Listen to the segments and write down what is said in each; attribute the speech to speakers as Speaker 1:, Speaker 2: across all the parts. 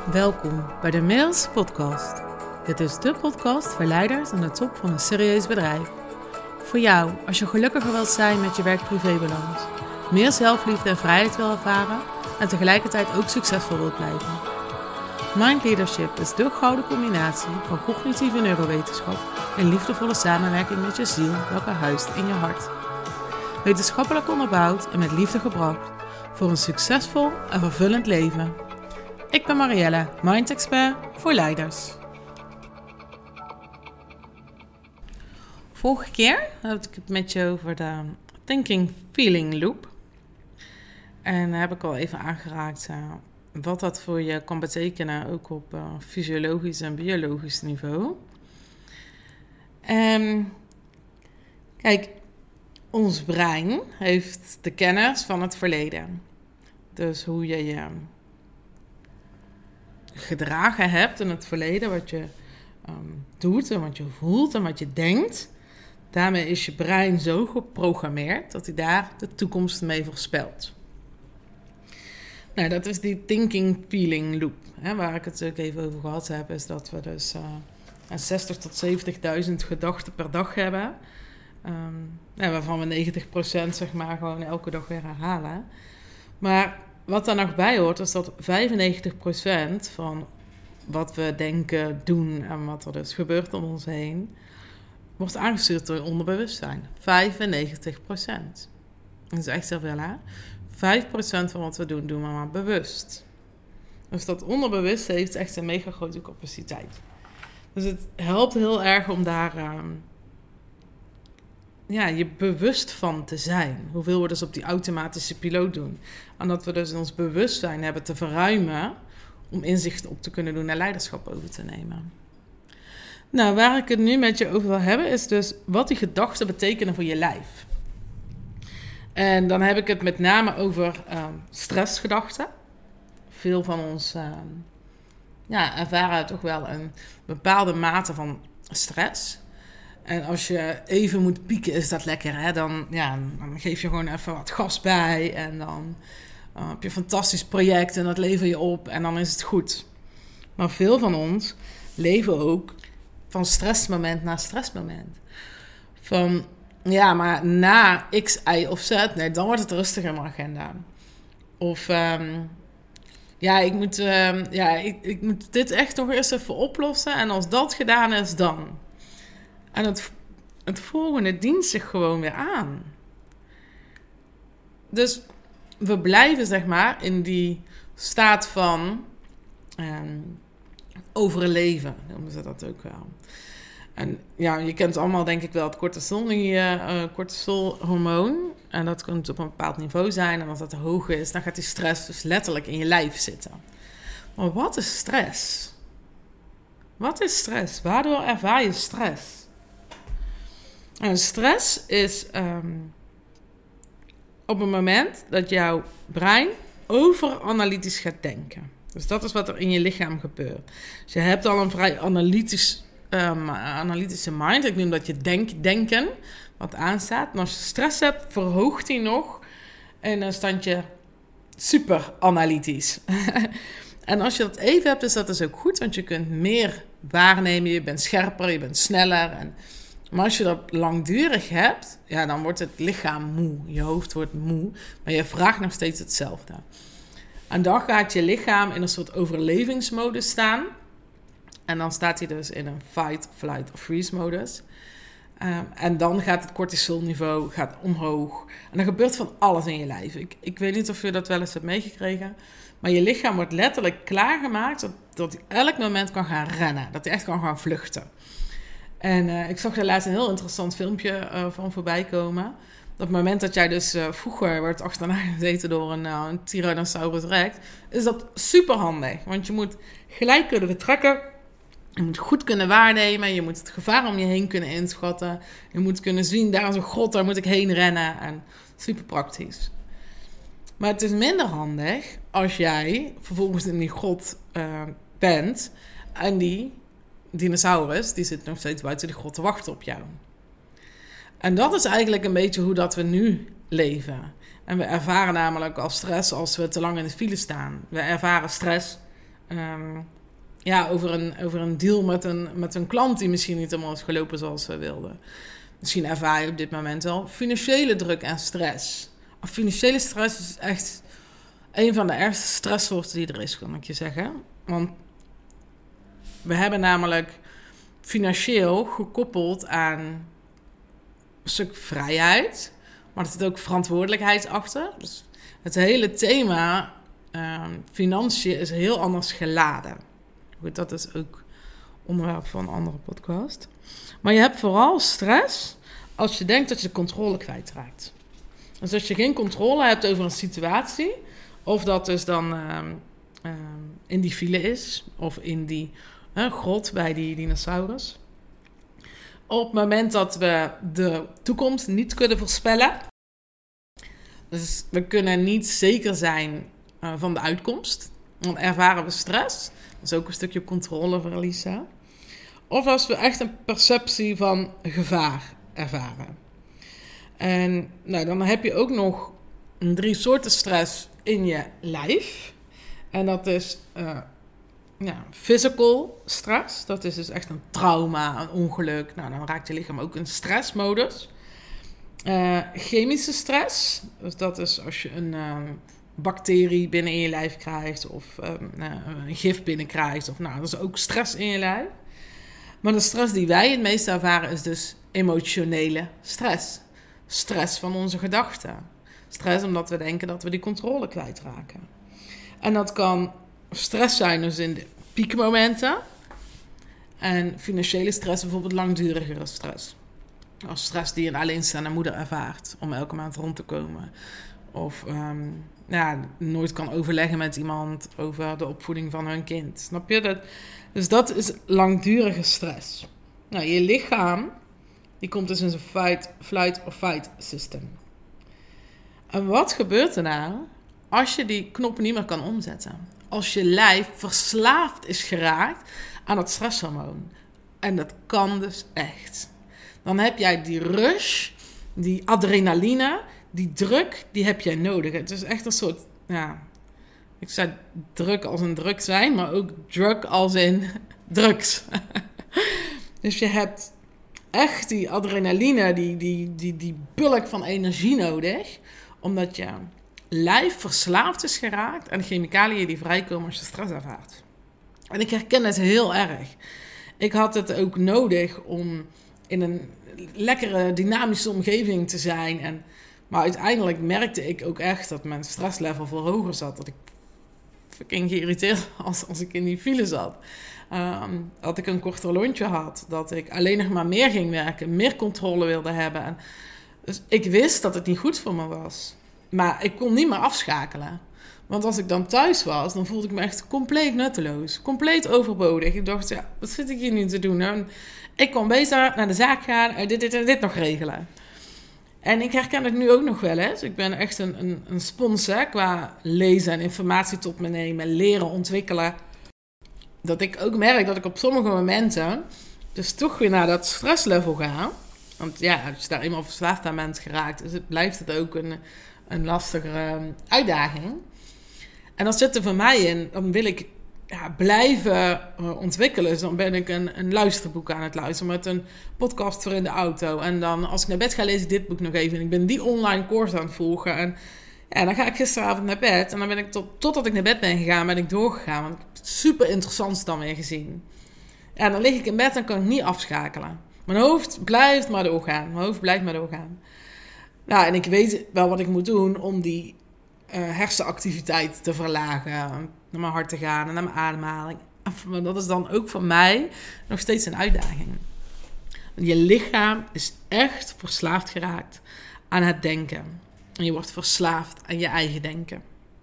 Speaker 1: Welkom bij de Mails Podcast. Dit is de podcast voor leiders aan de top van een serieus bedrijf. Voor jou, als je gelukkiger wilt zijn met je werk-privé-balans, meer zelfliefde en vrijheid wil ervaren en tegelijkertijd ook succesvol wilt blijven. Mind Leadership is de gouden combinatie van cognitieve neurowetenschap en liefdevolle samenwerking met je ziel, welke huist in je hart. Wetenschappelijk onderbouwd en met liefde gebracht voor een succesvol en vervullend leven. Ik ben Marielle, Mind Expert voor leiders. Vorige keer had ik het met je over de Thinking Feeling Loop. En daar heb ik al even aangeraakt wat dat voor je kan betekenen, ook op fysiologisch en biologisch niveau. Kijk, ons brein heeft de kennis van het verleden. Dus hoe je je gedragen hebt in het verleden, wat je doet en wat je voelt en wat je denkt. Daarmee is je brein zo geprogrammeerd dat hij daar de toekomst mee voorspelt. Nou, dat is die thinking feeling loop. Waar ik het ook even over gehad heb, is dat we dus 60.000 tot 70.000 gedachten per dag hebben. Waarvan we 90% zeg maar gewoon elke dag weer herhalen. Maar wat daar nog bij hoort, is dat 95% van wat we denken, doen en wat er dus gebeurt om ons heen, wordt aangestuurd door je onderbewustzijn. 95%. Dat is echt zoveel, hè? 5% van wat we doen, doen we maar bewust. Dus dat onderbewust heeft echt een mega grote capaciteit. Dus het helpt heel erg om daar je bewust van te zijn. Hoeveel we dus op die automatische piloot doen. En dat we dus ons bewustzijn hebben te verruimen om inzicht op te kunnen doen en leiderschap over te nemen. Nou, waar ik het nu met je over wil hebben, is dus wat die gedachten betekenen voor je lijf. En dan heb ik het met name over stressgedachten. Veel van ons ervaren toch wel een bepaalde mate van stress. En als je even moet pieken, is dat lekker, hè? Dan geef je gewoon even wat gas bij. En dan heb je een fantastisch project en dat lever je op. En dan is het goed. Maar veel van ons leven ook van stressmoment naar stressmoment. Van, maar na X, Y of Z, nee, dan wordt het rustig in mijn agenda. Of, ik moet dit echt nog eerst even oplossen. En als dat gedaan is, dan. En het volgende dient zich gewoon weer aan. Dus we blijven, zeg maar, in die staat van overleven, noemen ze dat ook wel. En ja, je kent allemaal denk ik wel het cortisolhormoon. En dat kan op een bepaald niveau zijn. En als dat te hoog is, dan gaat die stress dus letterlijk in je lijf zitten. Maar wat is stress? Wat is stress? Waardoor ervaar je stress? En stress is op het moment dat jouw brein overanalytisch gaat denken. Dus dat is wat er in je lichaam gebeurt. Dus je hebt al een vrij analytische mind. Ik noem dat je denken wat aanstaat. En als je stress hebt, verhoogt die nog in een standje super analytisch. En als je dat even hebt, is dat dus ook goed. Want je kunt meer waarnemen. Je bent scherper, je bent sneller. Maar als je dat langdurig hebt, dan wordt het lichaam moe. Je hoofd wordt moe. Maar je vraagt nog steeds hetzelfde. En dan gaat je lichaam in een soort overlevingsmodus staan. En dan staat hij dus in een fight, flight of freeze modus. En dan gaat het cortisolniveau omhoog. En dan gebeurt van alles in je lijf. Ik weet niet of je dat wel eens hebt meegekregen. Maar je lichaam wordt letterlijk klaargemaakt dat hij elk moment kan gaan rennen. Dat hij echt kan gaan vluchten. En ik zag daar laatst een heel interessant filmpje van voorbij komen. Op het moment dat jij dus vroeger wordt achterna gezeten door een Tyrannosaurus Rex, is dat super handig. Want je moet gelijk kunnen betrekken. Je moet goed kunnen waarnemen. Je moet het gevaar om je heen kunnen inschatten. Je moet kunnen zien, daar is een grot, daar moet ik heen rennen. En super praktisch. Maar het is minder handig als jij vervolgens in die grot bent. En die dinosaurus, die zit nog steeds buiten de grot te wachten op jou. En dat is eigenlijk een beetje hoe dat we nu leven. En we ervaren namelijk al stress als we te lang in de file staan. We ervaren stress over een deal met een klant die misschien niet helemaal is gelopen zoals we wilden. Misschien ervaar je op dit moment wel financiële druk en stress. Financiële stress is echt een van de ergste stresssoorten die er is, kan ik je zeggen. Want we hebben namelijk financieel gekoppeld aan een stuk vrijheid, maar er zit ook verantwoordelijkheid achter. Dus het hele thema financiën is heel anders geladen. Goed, dat is ook onderwerp van een andere podcast. Maar je hebt vooral stress als je denkt dat je de controle kwijtraakt. Dus als je geen controle hebt over een situatie, of dat dus dan in die file is, of in die grot bij die dinosaurus. Op het moment dat we de toekomst niet kunnen voorspellen, dus we kunnen niet zeker zijn van de uitkomst, dan ervaren we stress. Dat is ook een stukje controleverlies. Hè? Of als we echt een perceptie van gevaar ervaren. En dan heb je ook nog 3 soorten stress in je lijf. En dat is physical stress. Dat is dus echt een trauma, een ongeluk. Dan raakt je lichaam ook in stressmodus. Chemische stress. Dus dat is als je een bacterie binnen in je lijf krijgt. Of een gif binnenkrijgt. Dat is ook stress in je lijf. Maar de stress die wij het meest ervaren is dus emotionele stress. Stress van onze gedachten. Stress omdat we denken dat we die controle kwijtraken. En dat kan stress zijn dus in de piekmomenten. En financiële stress bijvoorbeeld langdurigere stress. Als stress die een alleenstaande moeder ervaart om elke maand rond te komen. Of nooit kan overleggen met iemand over de opvoeding van hun kind. Snap je dat? Dus dat is langdurige stress. Je lichaam die komt dus in zijn fight, flight of fight system. En wat gebeurt er nou als je die knoppen niet meer kan omzetten? Als je lijf verslaafd is geraakt aan dat stresshormoon. En dat kan dus echt. Dan heb jij die rush, die adrenaline, die druk, die heb jij nodig. Het is echt een soort, ik zei druk als een drug zijn, maar ook drug als in drugs. Dus je hebt echt die adrenaline, die bulk van energie nodig, omdat je lijf verslaafd is geraakt aan de chemicaliën die vrijkomen als je stress ervaart. En ik herken het heel erg. Ik had het ook nodig om in een lekkere, dynamische omgeving te zijn. Maar uiteindelijk merkte ik ook echt dat mijn stresslevel veel hoger zat. Dat ik fucking geïrriteerd was als ik in die file zat. Dat ik een korter lontje had. Dat ik alleen nog maar meer ging werken. Meer controle wilde hebben. Dus ik wist dat het niet goed voor me was. Maar ik kon niet meer afschakelen. Want als ik dan thuis was, dan voelde ik me echt compleet nutteloos. Compleet overbodig. Ik dacht, wat zit ik hier nu te doen? Nou, ik kon beter naar de zaak gaan en dit nog regelen. En ik herken het nu ook nog wel eens. Ik ben echt een spons qua lezen en informatie tot me nemen, leren, ontwikkelen. Dat ik ook merk dat ik op sommige momenten dus toch weer naar dat stresslevel ga. Want als je daar eenmaal verslaafd aan bent geraakt, dus blijft het ook een lastige uitdaging. En dat zit er voor mij in, dan wil ik blijven ontwikkelen. Dus dan ben ik een luisterboek aan het luisteren met een podcast voor in de auto. En dan als ik naar bed ga, lees ik dit boek nog even. En ik ben die online course aan het volgen. En dan ga ik gisteravond naar bed. En dan ben ik totdat ik naar bed ben gegaan, ben ik doorgegaan. Want ik heb het super interessant dan weer gezien. En dan lig ik in bed en kan ik niet afschakelen. Mijn hoofd blijft maar doorgaan. En ik weet wel wat ik moet doen om die hersenactiviteit te verlagen. Naar mijn hart te gaan en naar mijn ademhaling. Maar dat is dan ook voor mij nog steeds een uitdaging. Je lichaam is echt verslaafd geraakt aan het denken. En je wordt verslaafd aan je eigen denken.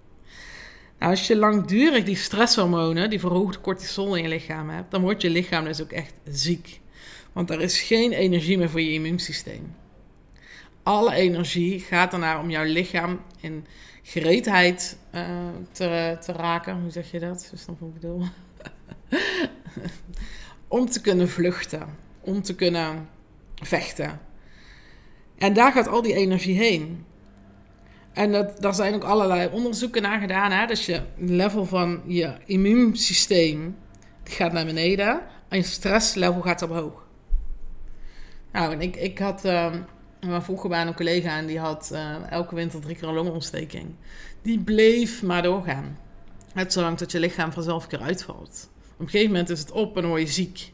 Speaker 1: Als je langdurig die stresshormonen, die verhoogde cortisol in je lichaam hebt, dan wordt je lichaam dus ook echt ziek. Want er is geen energie meer voor je immuunsysteem. Alle energie gaat ernaar om jouw lichaam in gereedheid te raken. Hoe zeg je dat? Zo snap wat ik bedoel. Om te kunnen vluchten. Om te kunnen vechten. En daar gaat al die energie heen. En daar zijn ook allerlei onderzoeken naar gedaan. Hè? Dus je level van je immuunsysteem die gaat naar beneden. En je stresslevel gaat omhoog. Nou, en ik had mijn vorige baan een collega en die had elke winter 3 keer een longontsteking. Die bleef maar doorgaan. Net zolang dat je lichaam vanzelf een keer uitvalt. Op een gegeven moment is het op en dan word je ziek.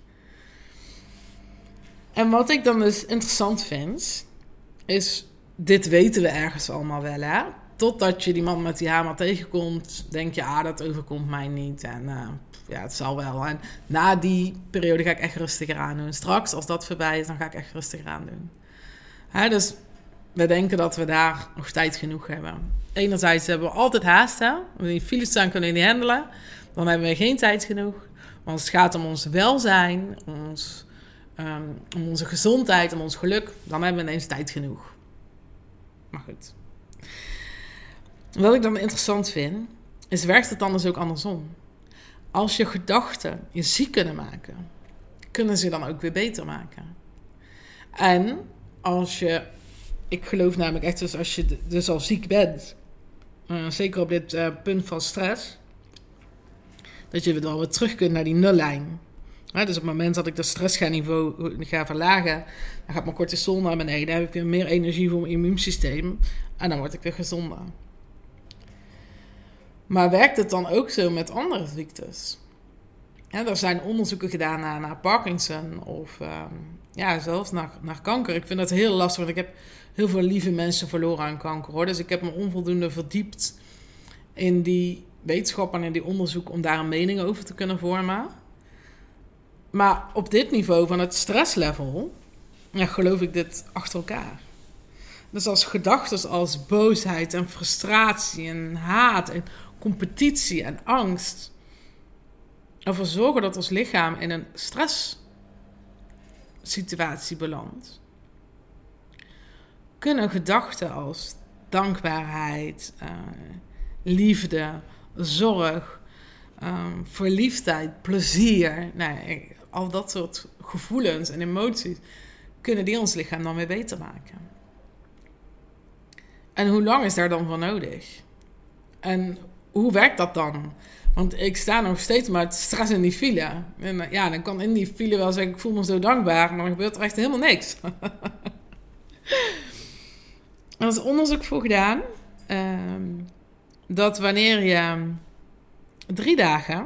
Speaker 1: En wat ik dan dus interessant vind, is, dit weten we ergens allemaal wel, hè? Totdat je die man met die hamer tegenkomt, denk je, dat overkomt mij niet. En ja, het zal wel. En na die periode ga ik echt rustiger aan doen. Straks, als dat voorbij is, dan ga ik echt rustiger aan doen. Hè, dus we denken dat we daar nog tijd genoeg hebben. Enerzijds hebben we altijd haast, hè? Als we in files staan, kunnen we niet handelen. Dan hebben we geen tijd genoeg. Want als het gaat om ons welzijn, om onze gezondheid, om ons geluk, dan hebben we ineens tijd genoeg. Maar goed. Wat ik dan interessant vind, is, werkt het dan dus ook andersom? Als je gedachten je ziek kunnen maken, kunnen ze dan ook weer beter maken. En ik geloof namelijk echt, dus als je dus al ziek bent, zeker op dit punt van stress, dat je wel weer terug kunt naar die nullijn. Dus op het moment dat ik dat stressniveau ga verlagen, dan gaat mijn cortisol naar beneden, dan heb ik weer meer energie voor mijn immuunsysteem en dan word ik weer gezonder. Maar werkt het dan ook zo met andere ziektes? Er zijn onderzoeken gedaan naar Parkinson of zelfs naar kanker. Ik vind dat heel lastig, want ik heb heel veel lieve mensen verloren aan kanker, hoor. Dus ik heb me onvoldoende verdiept in die wetenschap en in die onderzoek om daar een mening over te kunnen vormen. Maar op dit niveau van het stresslevel, geloof ik dit achter elkaar. Dus als gedachten als boosheid en frustratie en haat en competitie en angst ervoor zorgen dat ons lichaam in een stresssituatie belandt, kunnen gedachten als dankbaarheid, liefde, zorg, verliefdheid, plezier, al dat soort gevoelens en emoties, kunnen die ons lichaam dan weer beter maken. En hoe lang is daar dan voor nodig? En hoe werkt dat dan? Want ik sta nog steeds met stress in die file. En dan kan in die file wel zeggen, ik voel me zo dankbaar, maar dan gebeurt er echt helemaal niks. Er is onderzoek voor gedaan, dat wanneer je 3 dagen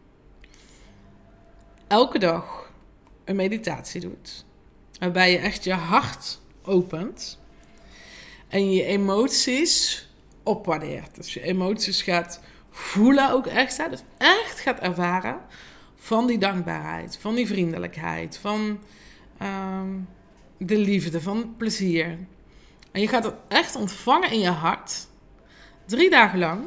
Speaker 1: elke dag een meditatie doet, waarbij je echt je hart opent en je emoties opwaardeert. Dus je emoties gaat voelen ook echt. Hè? Dus echt gaat ervaren van die dankbaarheid, van die vriendelijkheid, van de liefde, van het plezier. En je gaat het echt ontvangen in je hart. 3 dagen lang.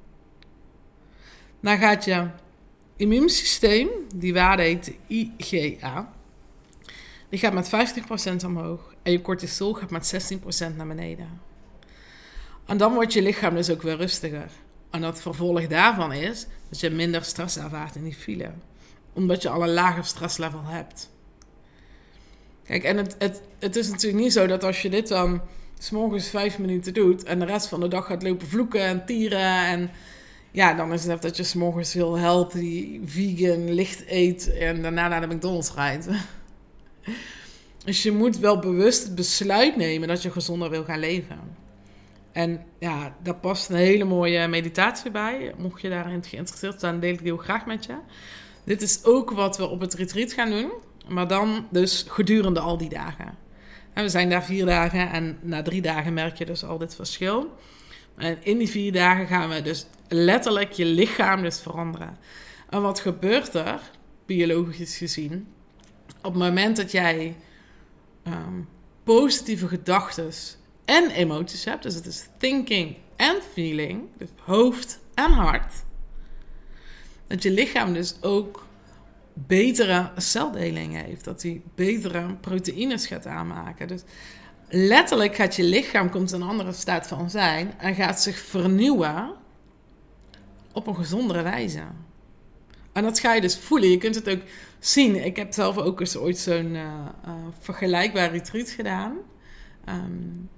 Speaker 1: Dan gaat je immuunsysteem, die waarde heet IgA, die gaat met 50% omhoog. En je cortisol gaat met 16% naar beneden. En dan wordt je lichaam dus ook weer rustiger. En dat vervolg daarvan is dat je minder stress ervaart in die file. Omdat je al een lager stresslevel hebt. Kijk, en het is natuurlijk niet zo dat als je dit dan 's morgens 5 minuten doet en de rest van de dag gaat lopen vloeken en tieren en dan is het dat je 's morgens heel healthy, vegan, licht eet en daarna naar de McDonald's rijdt. Dus je moet wel bewust het besluit nemen dat je gezonder wil gaan leven. En daar past een hele mooie meditatie bij. Mocht je daarin geïnteresseerd zijn, deel ik die ook graag met je. Dit is ook wat we op het retreat gaan doen, maar dan dus gedurende al die dagen. En we zijn daar 4 dagen en na 3 dagen merk je dus al dit verschil. En in die 4 dagen gaan we dus letterlijk je lichaam dus veranderen. En wat gebeurt er, biologisch gezien, op het moment dat jij positieve gedachten en emoties hebt, dus het is thinking en feeling, dus hoofd en hart, dat je lichaam dus ook betere celdeling heeft, dat hij betere proteïnes gaat aanmaken. Dus letterlijk gaat je lichaam, komt in een andere staat van zijn en gaat zich vernieuwen op een gezondere wijze. En dat ga je dus voelen. Je kunt het ook zien. Ik heb zelf ook eens ooit zo'n vergelijkbaar retreat gedaan.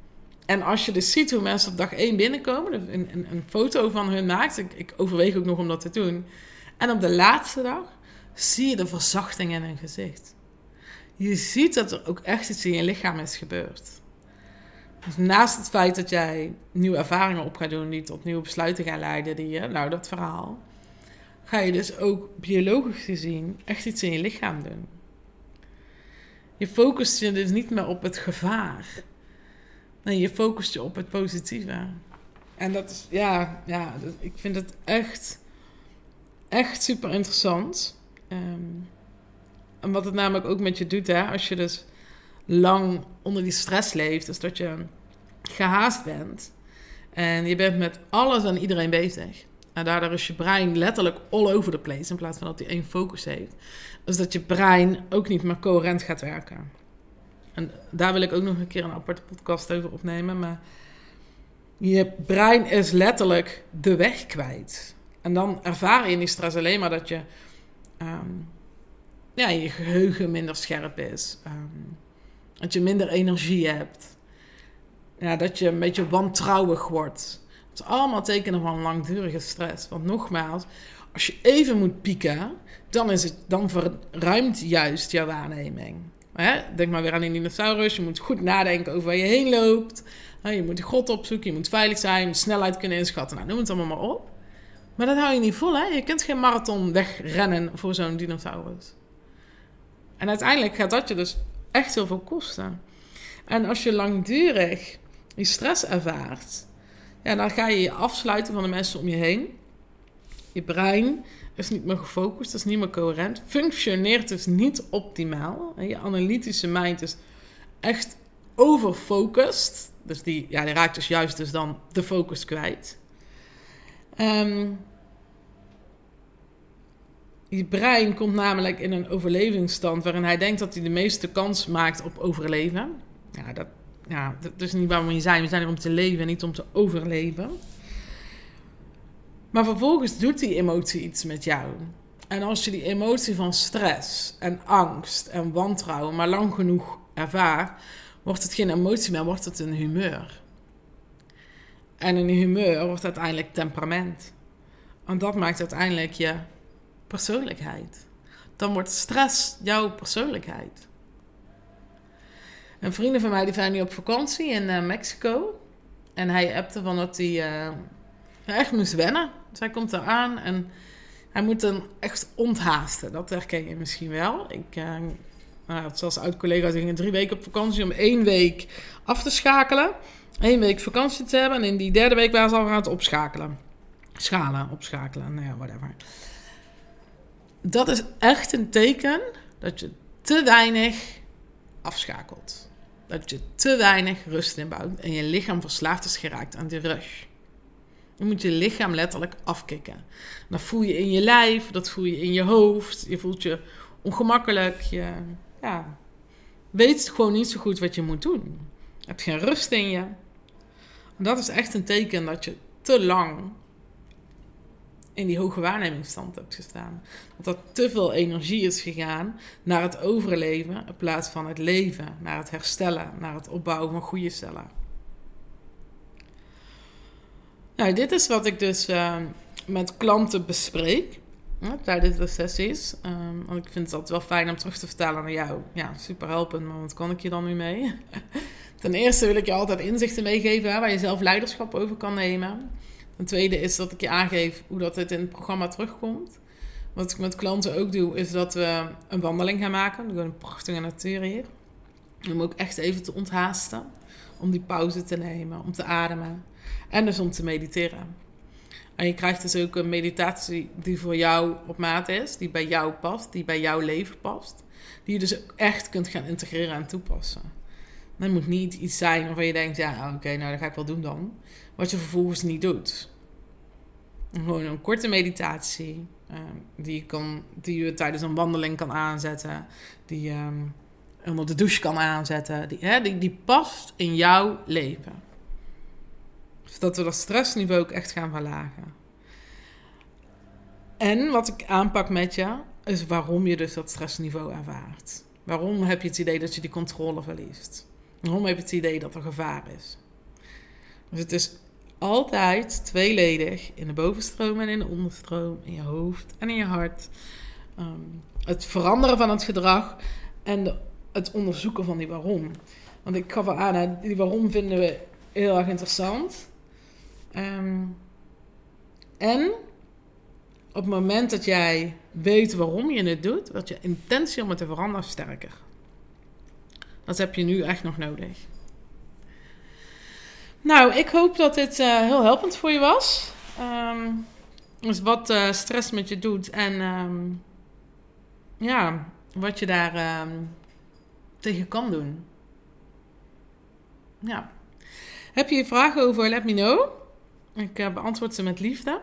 Speaker 1: En als je dus ziet hoe mensen op dag 1 binnenkomen, dus een foto van hun maakt, ik overweeg ook nog om dat te doen. En op de laatste dag zie je de verzachting in hun gezicht. Je ziet dat er ook echt iets in je lichaam is gebeurd. Dus naast het feit dat jij nieuwe ervaringen op gaat doen die tot nieuwe besluiten gaan leiden, dat verhaal, ga je dus ook biologisch gezien echt iets in je lichaam doen. Je focust je dus niet meer op het gevaar. Nee, je focust je op het positieve. En dat is, ik vind het echt super interessant. En wat het namelijk ook met je doet, hè, als je dus lang onder die stress leeft, is dat je gehaast bent. En je bent met alles en iedereen bezig. En daardoor is je brein letterlijk all over the place, in plaats van dat hij één focus heeft. Dus dat je brein ook niet meer coherent gaat werken. En daar wil ik ook nog een keer een aparte podcast over opnemen. Maar je brein is letterlijk de weg kwijt. En dan ervaar je in die stress alleen maar dat je je geheugen minder scherp is. Dat je minder energie hebt. Ja, dat je een beetje wantrouwig wordt. Dat is allemaal tekenen van langdurige stress. Want nogmaals, als je even moet pieken, dan verruimt juist jouw waarneming. Denk maar weer aan een dinosaurus. Je moet goed nadenken over waar je heen loopt. Je moet de grot opzoeken, je moet veilig zijn, je moet snelheid kunnen inschatten. Nou, noem het allemaal maar op. Maar dat hou je niet vol, hè? Je kunt geen marathon wegrennen voor zo'n dinosaurus. En uiteindelijk gaat dat je dus echt heel veel kosten. En als je langdurig die stress ervaart, dan ga je je afsluiten van de mensen om je heen. Je brein is niet meer gefocust, is niet meer coherent, functioneert dus niet optimaal. Je analytische mind is echt overfocust. Dus die raakt dus juist dus dan de focus kwijt. Je brein komt namelijk in een overlevingsstand waarin hij denkt dat hij de meeste kans maakt op overleven. Dat is niet waar we zijn. We zijn er om te leven, niet om te overleven. Maar vervolgens doet die emotie iets met jou. En als je die emotie van stress en angst en wantrouwen maar lang genoeg ervaart, wordt het geen emotie meer, wordt het een humeur. En een humeur wordt uiteindelijk temperament. En dat maakt uiteindelijk je persoonlijkheid. Dan wordt stress jouw persoonlijkheid. En vrienden van mij die zijn nu op vakantie in Mexico. En hij appte van dat hij echt moest wennen. Dus hij komt daar aan en hij moet dan echt onthaasten. Dat herken je misschien wel. Zoals oud-collega's gingen 3 weken op vakantie om 1 week af te schakelen. 1 week vakantie te hebben. En in die 3e week waren ze al aan het opschakelen. Opschakelen, whatever. Dat is echt een teken dat je te weinig afschakelt. Dat je te weinig rust inbouwt. En je lichaam verslaafd is geraakt aan die rush. Je moet je lichaam letterlijk afkicken. Dat voel je in je lijf, dat voel je in je hoofd. Je voelt je ongemakkelijk. Je weet gewoon niet zo goed wat je moet doen. Je hebt geen rust in je. En dat is echt een teken dat je te lang in die hoge waarnemingsstand hebt gestaan. Dat er te veel energie is gegaan naar het overleven in plaats van het leven, naar het herstellen, naar het opbouwen van goede cellen. Nou, dit is wat ik dus met klanten bespreek tijdens de sessies. Want ik vind het altijd wel fijn om terug te vertellen naar jou. Ja, super helpend, maar wat kan ik je dan nu mee? Ten eerste wil ik je altijd inzichten meegeven waar je zelf leiderschap over kan nemen. Ten tweede is dat ik je aangeef hoe dat het in het programma terugkomt. Wat ik met klanten ook doe, is dat we een wandeling gaan maken. We doen een prachtige natuur hier. Om ook echt even te onthaasten. Om die pauze te nemen, om te ademen. En dus om te mediteren. En je krijgt dus ook een meditatie die voor jou op maat is. Die bij jou past, die bij jouw leven past. Die je dus ook echt kunt gaan integreren en toepassen. Dat moet niet iets zijn waarvan je denkt, oké, dat ga ik wel doen dan. Wat je vervolgens niet doet. Gewoon een korte meditatie. Die je tijdens een wandeling kan aanzetten. Die je onder de douche kan aanzetten. Die past in jouw leven. Zodat we dat stressniveau ook echt gaan verlagen. En wat ik aanpak met je, is waarom je dus dat stressniveau ervaart. Waarom heb je het idee dat je die controle verliest? Waarom heb je het idee dat er gevaar is? Dus het is altijd tweeledig. In de bovenstroom en in de onderstroom. In je hoofd en in je hart. Het veranderen van het gedrag. En het onderzoeken van die waarom. Want ik gaf al aan, die waarom vinden we heel erg interessant. En op het moment dat jij weet waarom je het doet, wordt je intentie om het te veranderen sterker. Dat heb je nu echt nog nodig. Nou, ik hoop dat dit heel helpend voor je was. Dus wat stress met je doet en wat je daar tegen kan doen. Ja. Heb je vragen over? Let me know. Ik beantwoord ze met liefde.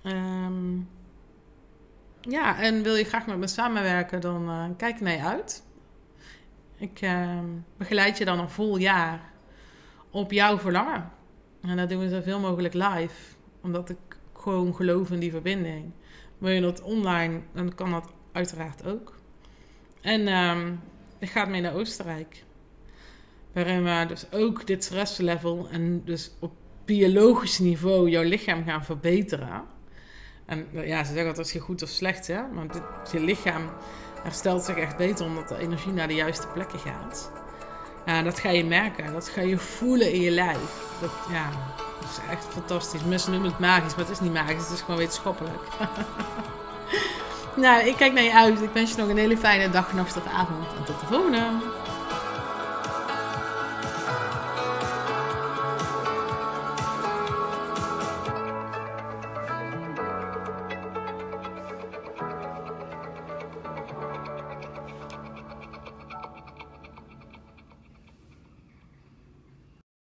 Speaker 1: En wil je graag met me samenwerken, dan kijk naar je uit. Ik begeleid je dan een vol jaar op jouw verlangen. En dat doen we zoveel mogelijk live. Omdat ik gewoon geloof in die verbinding. Wil je dat online, dan kan dat uiteraard ook. En ik ga mee naar Oostenrijk. Waarin we dus ook dit stresslevel en dus op biologisch niveau jouw lichaam gaan verbeteren. En ze zeggen dat is je goed of slecht, hè? Maar je lichaam herstelt zich echt beter omdat de energie naar de juiste plekken gaat. Ja, dat ga je merken. Dat ga je voelen in je lijf. Dat is echt fantastisch. Mensen noemen het magisch, maar het is niet magisch. Het is gewoon wetenschappelijk. Nou, ik kijk naar je uit. Ik wens je nog een hele fijne dag, nacht of avond. En tot de volgende.